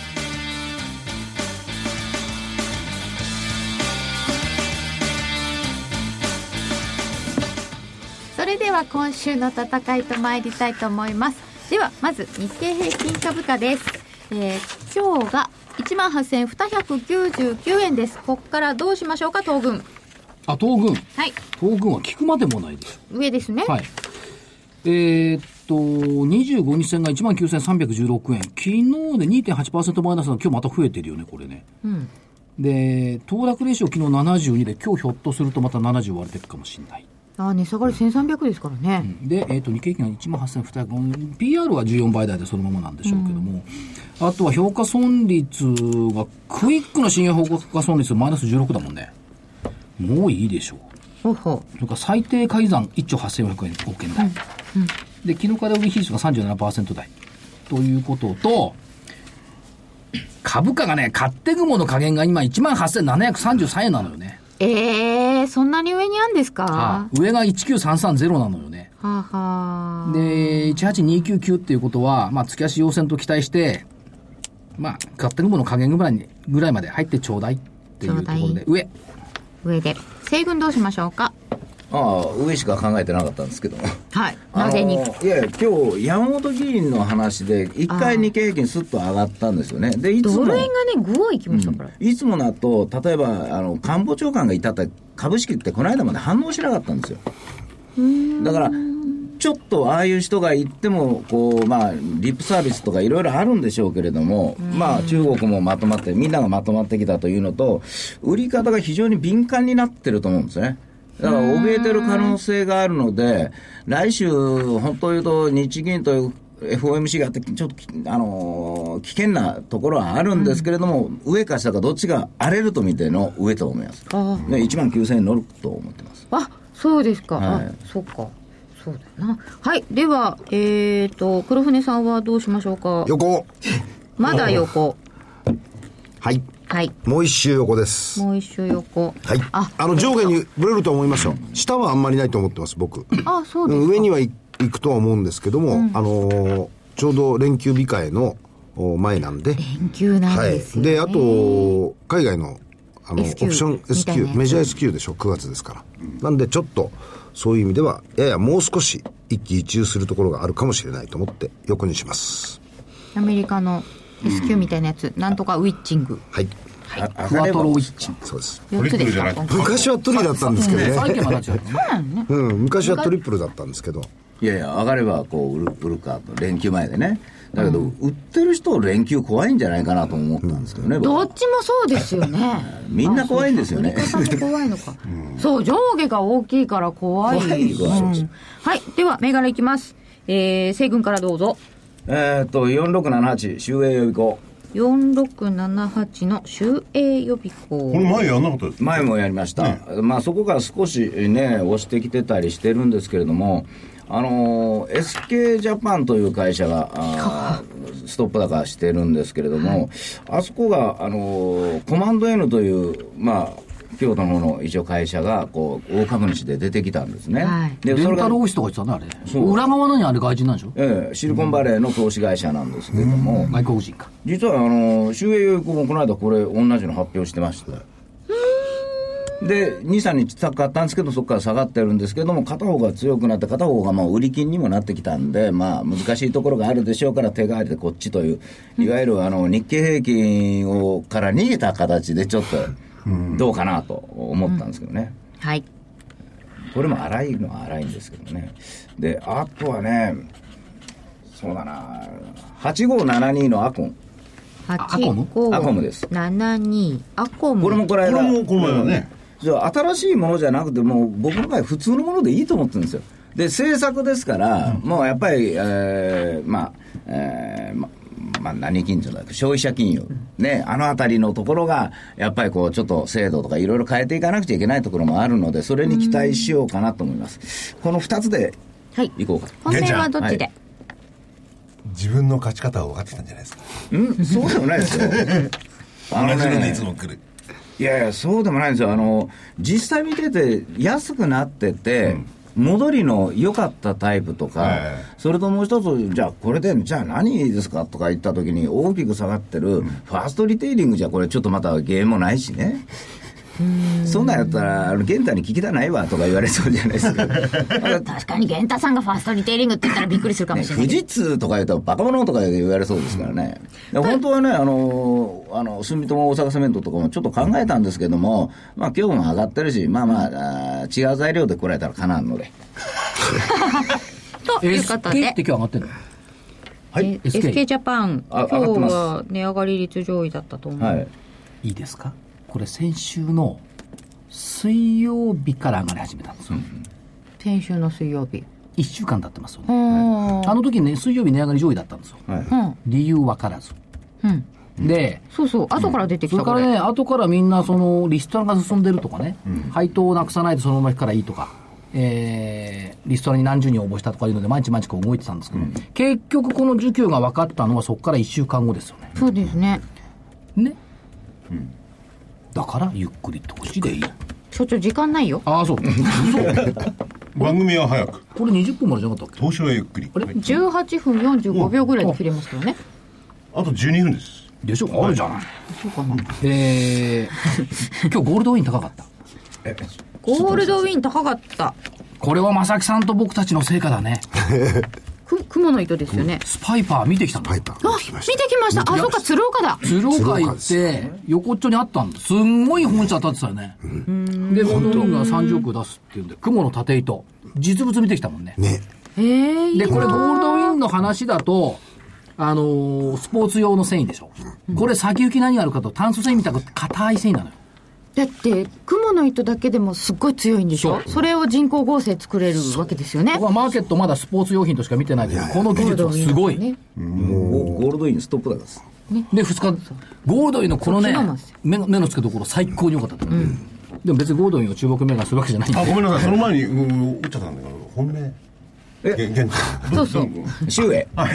それでは今週の戦いと参りたいと思います。ではまず日経平均株価です。えー、今日が いちまんはっせんにひゃくきゅうじゅうきゅうえんです。ここからどうしましょうか。東軍。 あ、東軍。 はい。 東軍は聞くまでもないでしょ。 上ですね。 はい。えー、っとにじゅうごにち線が いちまんきゅうせんさんびゃくじゅうろくえん、昨日で にてんはちパーセント マイナスの今日また増えてるよねこれね。うん。で騰落レーション昨日ななじゅうにで、今日ひょっとするとまたななじゅう割れてるかもしれない。 ああ、値下がりせんさんびゃくですからね。 うん、で、えー、と日経平均がいちまんはっせんにひゃく、ピーアール はじゅうよんばい台でそのままなんでしょうけども、うん、あとは評価損率がクイックの信用評価損率マイナスじゅうろくだもんね。もういいでしょう。 ほうほう。 それから最低改ざんいっちょうはっせんよんひゃくおくえん台、うんうん、で昨日から売り比率が さんじゅうななパーセント 台ということと、株価がね買ってくもの加減が今 いちまんはっせんななひゃくさんじゅうさんえんなのよね。 えー、そんなに上にあるんですか。はあ、上がいちきゅうさんさんゼロなのよね。 はあはあ、 でいちはちにきゅうきゅうっていうことは、まあ、月足要線と期待して、まあ、買ってくもの加減ぐらいにぐらいまで入ってちょうだいっていうところで上上で西軍どうしましょうか。 ああ、上しか考えてなかったんですけども。 はい。なぜに。いやいや、今日、山本議員の話で、一回日経平均スッと上がったんですよね。で、いつも。 ドル円がね、ぐわいきましたから、 うん。いつもだと、例えば、あの、官房長官がいたった株式ってこの間まで反応しなかったんですよ。だから、ちょっとああいう人が言っても、こう、まあ、リップサービスとかいろいろあるんでしょうけれども、まあ、中国もまとまって、みんながまとまってきたというのと、売り方が非常に敏感になってると思うんですね。だから怯えてる可能性があるので、来週、本当言うと、日銀と エフオーエムシー があって、ちょっと、あのー、危険なところはあるんですけれども、うん、上か下かどっちが荒れると見ての上と思います。で、いちまんきゅうせんえん乗ると思ってます。 あ、そうですか。 はい、 あ、そうか。そうだな。はい。では、えーと、黒船さんはどうしましょうか。 横。 まだ横。 はい。 はい、 もう一周横です。 もう一周横。 はい。あ、あの上下にぶれると思いますよ。下はあんまりないと思ってます僕。 あ、そうですか。 上には行くとは思うんですけども、うん、あのー、ちょうど連休控えの前なんで。 連休なんですよね。 はい。で、あと海外のあのオプション エスキュー メジャー エスキュー でしょ、くがつですから。なんでちょっとそういう意味ではややもう少し一喜一憂するところがあるかもしれないと思って横にします。 アメリカのエスキュー みたいなやつ、うん、なんとかウィッチング。 はい。 はい、 クワトロウィッチング。そうです。 よっつですか。 昔はトリだったんですけどね。 最近はなっちゃう。 うん、昔はトリプルだったんですけど。 いやいや、上がればこう売る、売るかと、連休前でね。だけど、うん、売ってる人連休怖いんじゃないかなと思ったんですけどね。うん、 どっちもそうですよね。 みんな怖いんですよね。 怖いのか、うん。そう、上下が大きいから怖い。 怖い、怖い。うん、 はい。では、銘柄いきます。えー、西軍からどうぞ。 えっと、よんろくななはち、週営予備校。 よんろくななはちの週営予備校。 これ前やんなかったですか。 前もやりました。ね、まあそこから少しね、押してきてたりしてるんですけれども、あの エスケー ジャパンという会社がストップ高してるんですけれども、はい、あそこがあのコマンド N というまあ京都の方の一応会社がこう大株主で出てきたんですね、 はい、でレンタルオフィスとか言ってたねあれ。裏側のにあれ外人なんでしょ。 ええ、シリコンバレーの投資会社なんですけれども、 外国人か。 実はあの週営予備校もこの間これ同じの発表してました。で にさんにち高かったんですけどそこから下がってるんですけども、片方が強くなって片方がもう売り金にもなってきたんで、まあ難しいところがあるでしょうから手代わりでこっちという、いわゆるあの日経平均をから逃げた形でちょっとどうかなと思ったんですけどね、 うん、はい。 これも荒いのは荒いんですけどね。であとはね、そうだな、はちごーななにのアコン、 はちごーななにアコム。 これもこれこれもこの前はね、 じゃあ新しいものじゃなくてもう僕の場合普通のものでいいと思ってるんですよ。で政策ですから、うん、もうやっぱり、えー、まあ、えーま、 まあ、何金融だ消費者金融、ね、あのあたりのところがやっぱりこうちょっと制度とかいろいろ変えていかなくちゃいけないところもあるので、それに期待しようかなと思います。このふたつでいこうか。 本命はどっちで、はい、 自分の勝ち方は分かってきたんじゃないですか。 うんそうでもないですよあの、ね、同じのでいつも来る。 いやいやそうでもないんですよ。あの実際見てて安くなってて、うん戻りの良かったタイプとか、はい、それともう一つ、じゃあこれでじゃあ何ですかとか言ったときに大きく下がってる、うん、ファーストリテイリングじゃこれちょっとまたゲームもないしね、そんなんやったら玄太に聞きたないわとか言われそうじゃないですか確かに玄太さんがファーストリテイリングって言ったらびっくりするかもしれない、 ね、富士通とか言うとバカ者とか言われそうですからね、うん、本当はねあのあの住友大阪セメントとかもちょっと考えたんですけども、まあ今日も上がってるしまあまあ、あ違う材料で来られたらかなんのでということでエスケー って今日上がってるのはい、エスケー ジャパン今日は値上がり率上位だったと思う、はい、 いいですか。これ先週の水曜日から上がり始めたんですよ、うん、 先週の水曜日いっしゅうかん経ってますよね、はい、あの時ね水曜日値上がり上位だったんですよ、はい、理由分からず、うん、でそうそう後から出てきた、 うん、それからね後からみんなそのリストラが進んでるとかね、うん、配当をなくさないとそのまま引くからいいとか、えー、リストラに何十人応募したとかいうので毎日毎日こう動いてたんですけど、うん、結局この需給が分かったのはそこからいっしゅうかんごですよね。 そうですねね、うんだからゆっくり投資でいい。 所長時間ないよ。 ああそう番組は早く。 これにじゅっぷんまでじゃなかったっけ。 投資はゆっくり。 あれじゅうはっぷんよんじゅうごびょうぐらいで切れますからね。 あとじゅうにふんですでしょ。あるじゃない。そうかな。えー、今日ゴールドウィン高かったゴールドウィン高かった。 これは正木さんと僕たちの成果だねく雲の糸ですよね、うん、 スパイパー見てきたの。 スパイパー見てきました。 見てきました。あ、そうか、鶴岡だ。 鶴岡行って横っちょにあったんだ。すんごい本社当たってたよね、うん、でゴールドウィンがさんじゅうおく出すっていうんで雲の縦糸実物見てきたもんね。 ねえー、 でこれゴールドウィンの話だとあのー、スポーツ用の繊維でしょ、うん、これ先行き何があるかと炭素繊維みたいな硬い繊維なのよ。 だって雲の糸だけでもすっごい強いんでしょ。 そ, それを人工合成作れるわけですよね。 僕はマーケットまだスポーツ用品としか見てないけどこの技術はすごい、ね、 もうゴールドウィンストップ高です、 ね、でふつかゴールドウィンのこのね目の、目の付けどころ最高に良かったと思う、うん、でも別にゴールドウィンを注目銘柄するわけじゃないんで。 あごめんなさいその前に打っちゃったんだけど本命え現地そうそう周へはい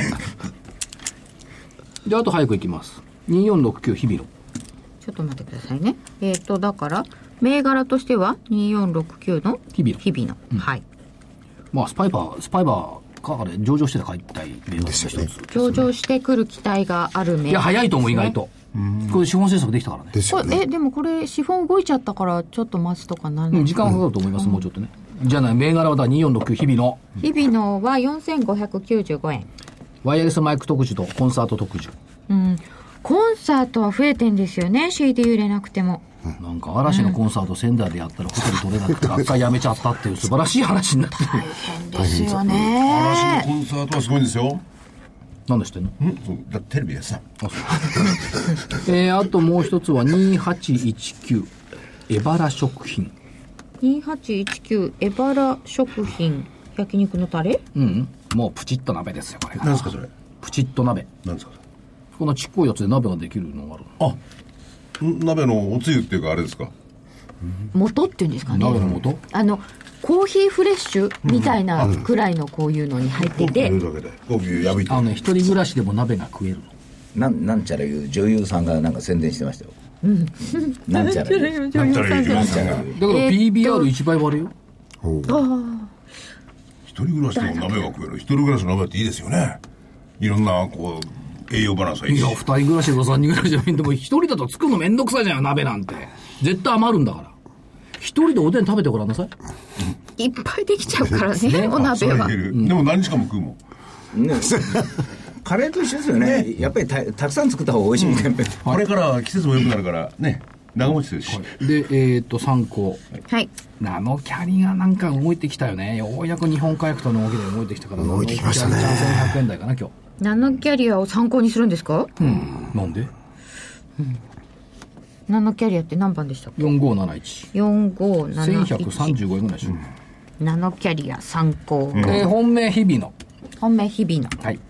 であと早くいきます。によんろくきゅう日比野。 ちょっと待ってくださいね。えっ、ー、とだから銘柄としてはによんろくきゅうの日比野、 日比野、うん、はい。 まあスパイパースパイバーから上場してて買いたい銘柄ですよね。 上場してくる期待がある銘柄、ね、 いや早いと思う意外と。これ資本政策できたからね。 ですよね。 えでもこれ資本動いちゃったからちょっと待つとかなる、 うん、時間はかかると思います、うん、もうちょっとね。じゃあね銘柄はだによんろくきゅう日比野。 日比野はよんせんごひゃくきゅうじゅうごえん。 ワイヤレスマイク特需とコンサート特需。 うん。コンサートは増えてんですよね シーディー 売れなくても。 なんか嵐のコンサート仙台でやったらホテル取れなくて学会辞めちゃったっていう素晴らしい話になってる。 大変ですよね。 嵐のコンサートはすごいんですよ。 なんで知ってんの？ んそうだテレビでさあそうえー、あともう一つはにはちいちきゅうエバラ食品。 にはちいちきゅうエバラ食品焼肉のタレ。 うん、うん、もうプチッと鍋ですよこれが。 何ですかそれ。 プチッと鍋。 何ですか。 このちっこいやつで鍋ができるのがある。 あ鍋のおつゆっていうかあれですか。 元っていうんですかね。 鍋の元。 あのコーヒーフレッシュみたいなくらいのこういうのに入ってて、 うんうん、コーヒー破いてあのね一人暮らしでも鍋が食えるの。 な ん, なんちゃらいう女優さんがなんか宣伝してましたよ、 うん、 なんちゃらいう女優さんがだから ピービーアールいち 倍割れよ。 あ一人暮らしでも鍋が食える。一人暮らしの鍋っていいですよね。いろんなこう栄養バランスがいいし。 いや二人暮らしとか三人暮らしじゃないんでも一人だと作るのめんどくさいじゃん鍋なんて。絶対余るんだから一人でおでん食べてごらんなさい。 いっぱいできちゃうからねお鍋は、 うん、でも何日間も食うもん、ね、 カレーと一緒ですよね、ねやっぱり た, たくさん作った方が美味しいみたいな、うんはい、 これから季節も良くなるからね長持ちするし、はい、 でえー、っと参考、 はい、 ナノキャリがなんか動いてきたよね。ようやく日本火薬との動きで動いてきたから動いてきましたね。 せんひゃくえん台かな今日。 ナノキャリアを参考にするんですか。 うん、なんで、うん、 ナノキャリアって何番でしたっけ。 よんごーなないちよんごーなないち せんひゃくさんじゅうごえんぐらいでしょ、うん、 ナノキャリア参考、 うんえー、本命日々の本命日々のはい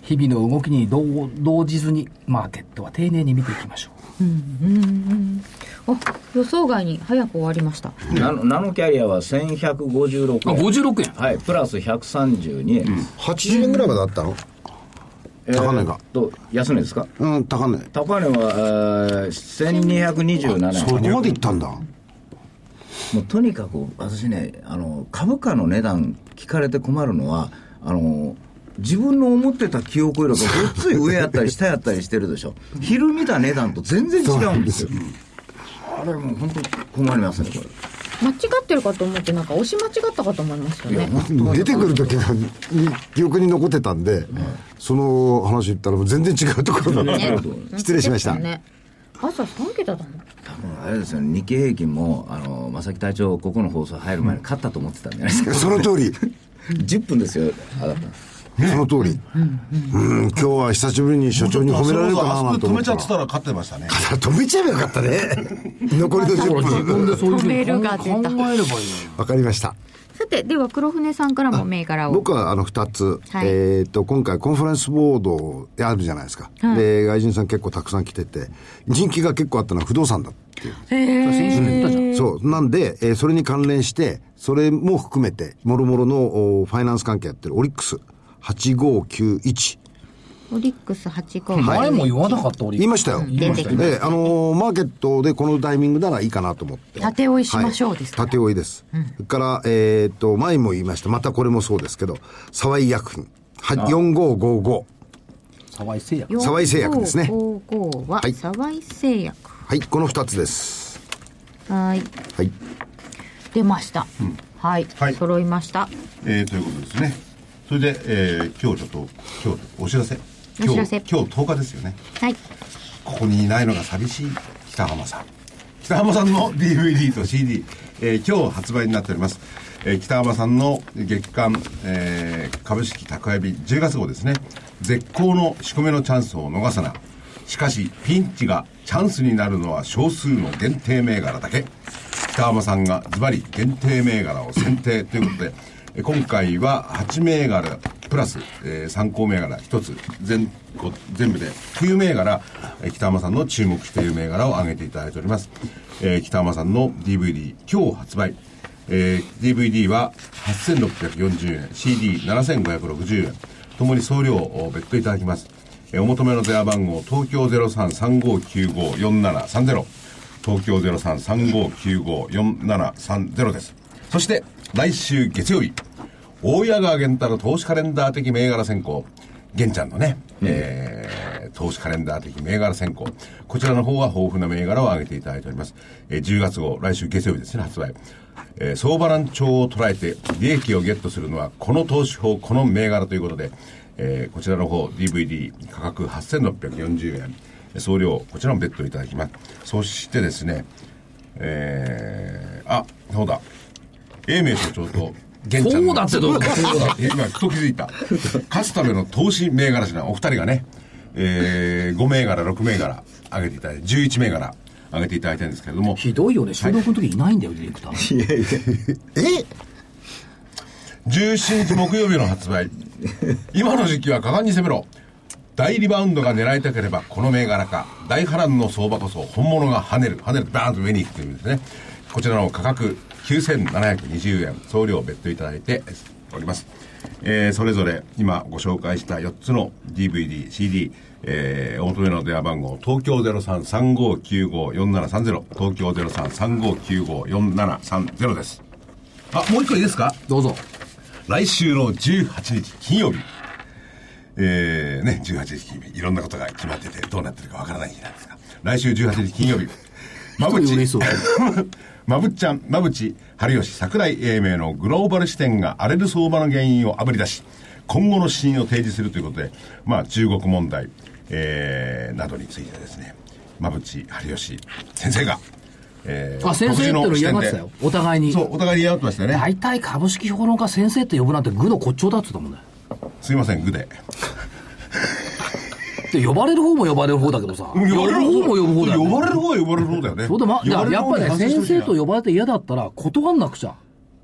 日々の動きに動じずにマーケットは丁寧に見ていきましょう。うんうんうん、 あ、予想外に早く終わりました。 ナノ、ナノキャリアはせんひゃくごじゅうろくえん。 あ、ごじゅうろくえん。 はい、プラスひゃくさんじゅうにえんです。うん、 はちじゅうえんぐらいまであったの？ えー、 高値が。 と安値ですか？ うん、高値。 高値はせんにひゃくにじゅうななえん。 そこまでいったんだ。 もうとにかく私ね、あの株価の値段聞かれて困るのは、あの自分の思ってた記憶よりもごっつい上やったり下やったりしてるでしょ。昼見た値段と全然違うんですよ。あれもう本当困りますね、これ。 間違ってるかと思って、なんか押し間違ったかと思いましたね。 出てくる時に記憶に残ってたんで、うん、その話言ったら全然違うところだった、ね、失礼しました、ね、 朝さんけただもん。 多分あれですよね、日経平均もあの正木隊長ここの放送入る前に勝ったと思ってたんじゃないですか、うん、 その通りじゅっぷんですよ、あなたその通り、うんうんうん、今日は久しぶりに所長に褒められるかななんて止めちゃってたら勝ってましたね。 止めちゃえばよかったね残りのじゅっぷん自分でそういうふうに考えればいいの。 わかりました。 さて、では黒船さんからも銘柄を。 僕はあのふたつ、はい、えー、と今回コンファレンスボードあるじゃないですか、はい、で外人さん結構たくさん来てて人気が結構あったのは不動産だっていう。 へー、先週言ったじゃん。 そうなんで、えー、それに関連してそれも含めてもろもろのファイナンス関係やってるオリックスはちごきゅういち、 オリックスはちごきゅういち、 前も言わなかったオリックス言いましたよ、うん、言いましたよ、ね、あのー、マーケットでこのタイミングならいいかなと思って縦追いしましょうですか、 はい、縦追いです、うん、それから、えー、と前も言いました、またこれもそうですけど沢井薬品よんごごご、 沢井製薬沢井製薬ですね。 よんごごごは沢井製薬、 はい、このふたつです。 はい、 はい、 出ました、うん、はい、はい、揃いました、 えー、ということですね。それで、えー、今日ちょっと今日お知らせお知らせ今日とおかですよね。 はい。 ここにいないのが寂しい北浜さん。北浜さんの ディーブイディー と シーディー、えー、今日発売になっております。えー、北浜さんの月間、えー、株式宅配便じゅうがつ号ですね。絶好の仕込めのチャンスを逃さな。しかしピンチがチャンスになるのは少数の限定銘柄だけ。北浜さんがズバリ限定銘柄を選定ということで、今回ははち銘柄プラス、えー、参考銘柄ひとつ 全, 全部できゅう銘柄、えー、北浜さんの注目している銘柄を挙げていただいております、えー、北浜さんの ディーブイディー 今日発売、えー、ディーブイディー ははっせんろっぴゃくよんじゅうえん シーディーななせんごひゃくろくじゅうえんともに送料を別途いただきます、えー、お求めの電話番号東京 ゼロさん さんごきゅうご よんななさんゼロ 東京 ゼロさん さんごきゅうご よんななさんゼロです。そして来週月曜日、大谷川源太の投資カレンダー的銘柄選考、源ちゃんのね、うん、えー、投資カレンダー的銘柄選考、こちらの方は豊富な銘柄を挙げていただいております。えー、じゅうがつ号、来週月曜日ですね、発売。えー、相場難聴を捉えて利益をゲットするのはこの投資法、この銘柄ということで、えー、こちらの方 ディーブイディー 価格はっせんろっぴゃくよんじゅうえん、送料こちらも別途いただきます。そしてですね、えー、あ、そうだ、英明所長と玄ちゃんそうだってどういうこと今ふと気づいた勝つための投資銘柄師なお二人がね、えー、ご銘柄ろく銘柄上げていただいてじゅういち銘柄上げていただいてるんですけれども、 ひどいよね、収録の時いないんだよ、はい、ディレクター。いやいやえじゅうしちにち木曜日の発売今の時期は果敢に攻めろ、大リバウンドが狙いたければこの銘柄か、大波乱の相場こそ本物が跳ねる跳ねるバーンと上に行くというんですね。こちらの価格きゅうせんななひゃくにじゅうえん、送料別途いただいております。えー、それぞれ今ご紹介したよっつの ディーブイディー、シーディー、えー、お求めの電話番号東京 ゼロさん さんごきゅうご よんななさんゼロ 東京 ゼロさん さんごきゅうご よんななさんゼロ です。あ、もう一個いいですか。 どうぞ。 来週のじゅうはちにち金曜日、えー、ね、じゅうはちにち金曜日、いろんなことが決まっててどうなってるかわからない日なんですが、来週じゅうはちにち金曜日まぶちまぶっちゃん、まぶち、春吉、桜井英明のグローバル視点が荒れる相場の原因をあぶり出し、今後の指針を提示するということで、まあ中国問題、えー、などについてですね、まぶち、春吉先生が、 えー、あ、先生っての嫌がってたよ、お互いに。 そう、お互いに嫌がってましたよね。 大体株式評論家先生って呼ぶなんて愚の骨頂だって言ったもんね。 すいません、愚で。 で呼ばれる方も呼ばれる方だけどさ、呼ばれる方も呼ぶ方だよ、ね、 呼ばれる方は呼ばれる方だよね。 そうだ、ま、やっぱりね、先生と呼ばれて嫌だったら断んなくちゃ。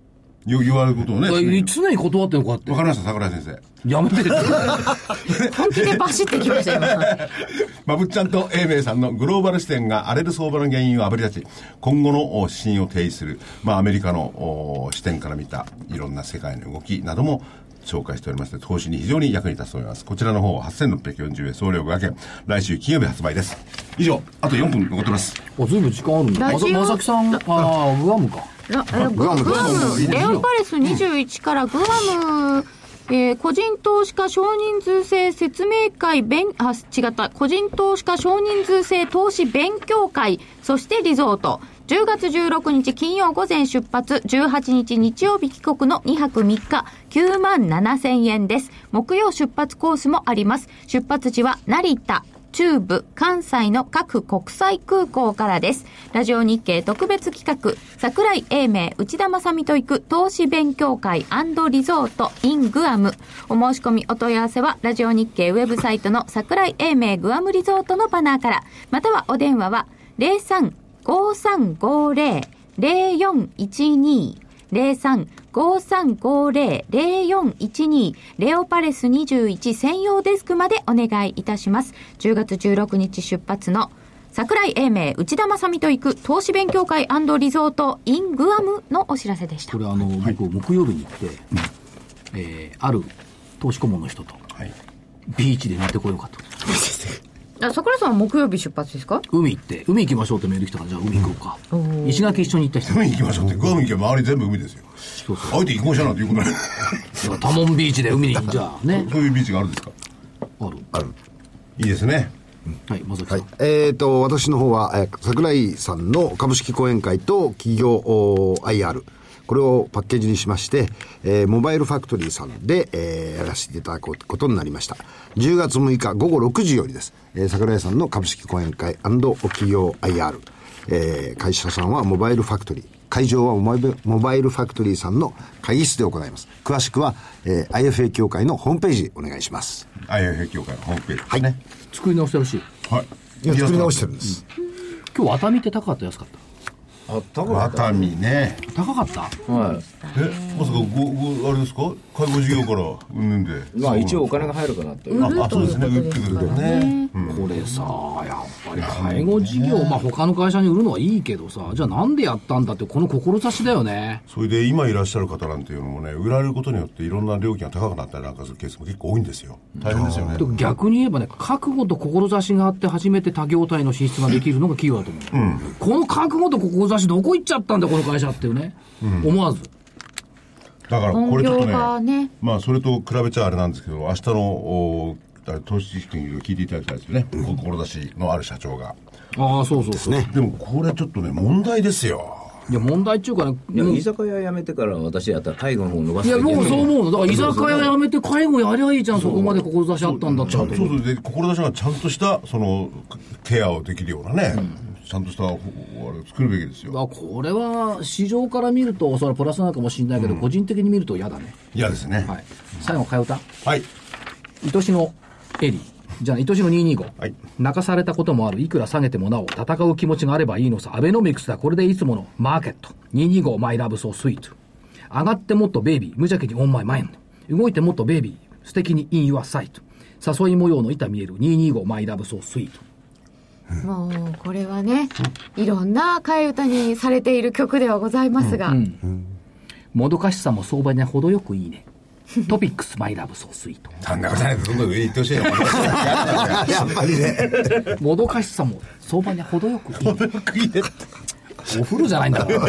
言われることをね。 常に断ってるのこうやって。 わかりました、桜井先生。 やめてる。 本気でバシってきましたよ。 まぶっちゃんと英明さんのグローバル視点が荒れる相場の原因をあぶり出し、今後の指針を提示する、まあアメリカの視点から見たいろんな世界の動きなども紹介しておりまして、投資に非常に役に立つと思います。こちらの方ははっせんろっぴゃくよんじゅうえん、送料ごひゃくえん、来週金曜日発売です。以上、あとよんぷん残ってます。 あ、ずいぶん時間あるんだ。まさきさん、ああ、グアムか。 グアム、レオパレスにじゅういちからグアム、えー、個人投資家少人数制説明会勉、あ、違った、個人投資家少人数制投資勉強会、そしてリゾート。じゅうがつじゅうろくにち金曜午前出発、じゅうはちにち日曜日帰国のにはくみっか、きゅうまんななせんえんです。木曜出発コースもあります。出発時は成田、中部、関西の各国際空港からです。ラジオ日経特別企画、櫻井英明、内田正美と行く投資勉強会&リゾート in グアム。お申し込みお問い合わせは、ラジオ日経ウェブサイトの櫻井英明グアムリゾートのバナーから、またはお電話は ゼロさん ごさんごゼロ ゼロよんいちに ゼロさん ごさんごゼロ ゼロよんいちに レオパレスにじゅういち専用デスクまでお願いいたします。じゅうがつじゅうろくにち出発の櫻井英明、内田正美と行く投資勉強会&リゾート in グアムのお知らせでした。 これあの、はい、僕木曜日に行って、うんえー、ある投資顧問の人と、はい、ビーチで寝てこようかと。 あ、桜井さんは木曜日出発ですか？ 海行って海行きましょうってメール来たから、じゃあ海行こうか、うん、石垣一緒に行った人。 海行きましょうって、グアム行けば周り全部海ですよ。そうそう、あえて行こうじゃなっていうことない。 タモンビーチで海にじゃあね。 そういうビーチがあるんですか？ あるある。いいですね。 はい、まさきさん。はい、 えーと、私の方は、えー、桜井さんの株式講演会と企業 アイアール、これをパッケージにしまして、えー、モバイルファクトリーさんで、えー、やらせていただくことになりました。じゅうがつむいかごごろくじよりです。えー、桜井さんの株式講演会&企業 アイアール、えー、会社さんはモバイルファクトリー、会場はモバイル、モバイルファクトリーさんの会議室で行います。詳しくは、えー、アイエフエー 協会のホームページお願いします。 アイエフエー 協会のホームページですね。はい、 作り直してほしい。 はい。 いや、作り直してるんです。 今日熱海って高かった安かった？ あ、高かった。熱海ね。 高かった？ はい。え、まさかごごあれですか？介護事業からうんぬんで。 まあ一応お金が入るかなって。 あ、あそうですね。売ってくるとね。 うん、これさ、やっぱり介護事業、まあ他の会社に売るのはいいけどさ、じゃあなんでやったんだってこの志だよね。 それで今いらっしゃる方なんていうのもね、売られることによっていろんな料金が高くなったりなんかするケースも結構多いんですよ。大変ですよね。 逆に言えばね、覚悟と志があって初めて他業態の進出ができるのが企業だと思う。うん、この覚悟と志どこ行っちゃったんだこの会社っていうね、うん、思わず。 だからこれちょっとね、ねまあそれと比べちゃあれなんですけど、明日の投資知識を聞いていただきたいですよね。志のある社長が。 ああ、そうそうですね。 でもこれちょっとね問題ですよ。 いや問題っていうかね、 いや居酒屋辞めてから私やったら介護の方伸ばしていけない。 いや僕そう思うの。だから居酒屋辞めて介護やりゃいいじゃん。そこまで志あったんだったら。 そうそうで志がちゃんとしたそのケアをできるようなね。うんちゃんとしたあれを作るべきですよ。 これは市場から見るとそれはプラスなのかもしれないけど、うん、個人的に見ると嫌だね。 嫌ですね。 はい。最後替え歌。 はい。 愛しのエリじゃあ愛しのにひゃくにじゅうご。はい。泣かされたこともある。いくら下げてもなお戦う気持ちがあればいいのさ。アベノミクスだ。これでいつものマーケット。にひゃくにじゅうごマイラブソースイート。上がってもっとベイビー無邪気にオンマイマインド。動いてもっとベイビー素敵にインユアサイト。誘い模様の板見えるにひゃくにじゅうごマイラブソースイート。 もうこれはね、いろんな替え歌にされている曲ではございますが、うんうん、 もどかしさも相場に程よくいいね。トピックスマイラブソースイート。 そんなことないです。どんどん上に行ってほしいよ。やっぱりね。 もどかしさも相場に程よくいいね。 程よくいいね。 お風呂じゃないんだから。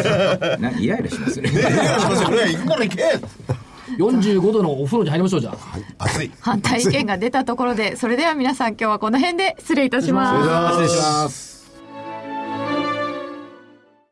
なイライラしますね。 イライラしますよね。行くから行け。 よんじゅうごどのお風呂に入りましょう。じゃあ、 はい、暑い。 反対意見が出たところで、それでは皆さん今日はこの辺で失礼いたします。 失礼します。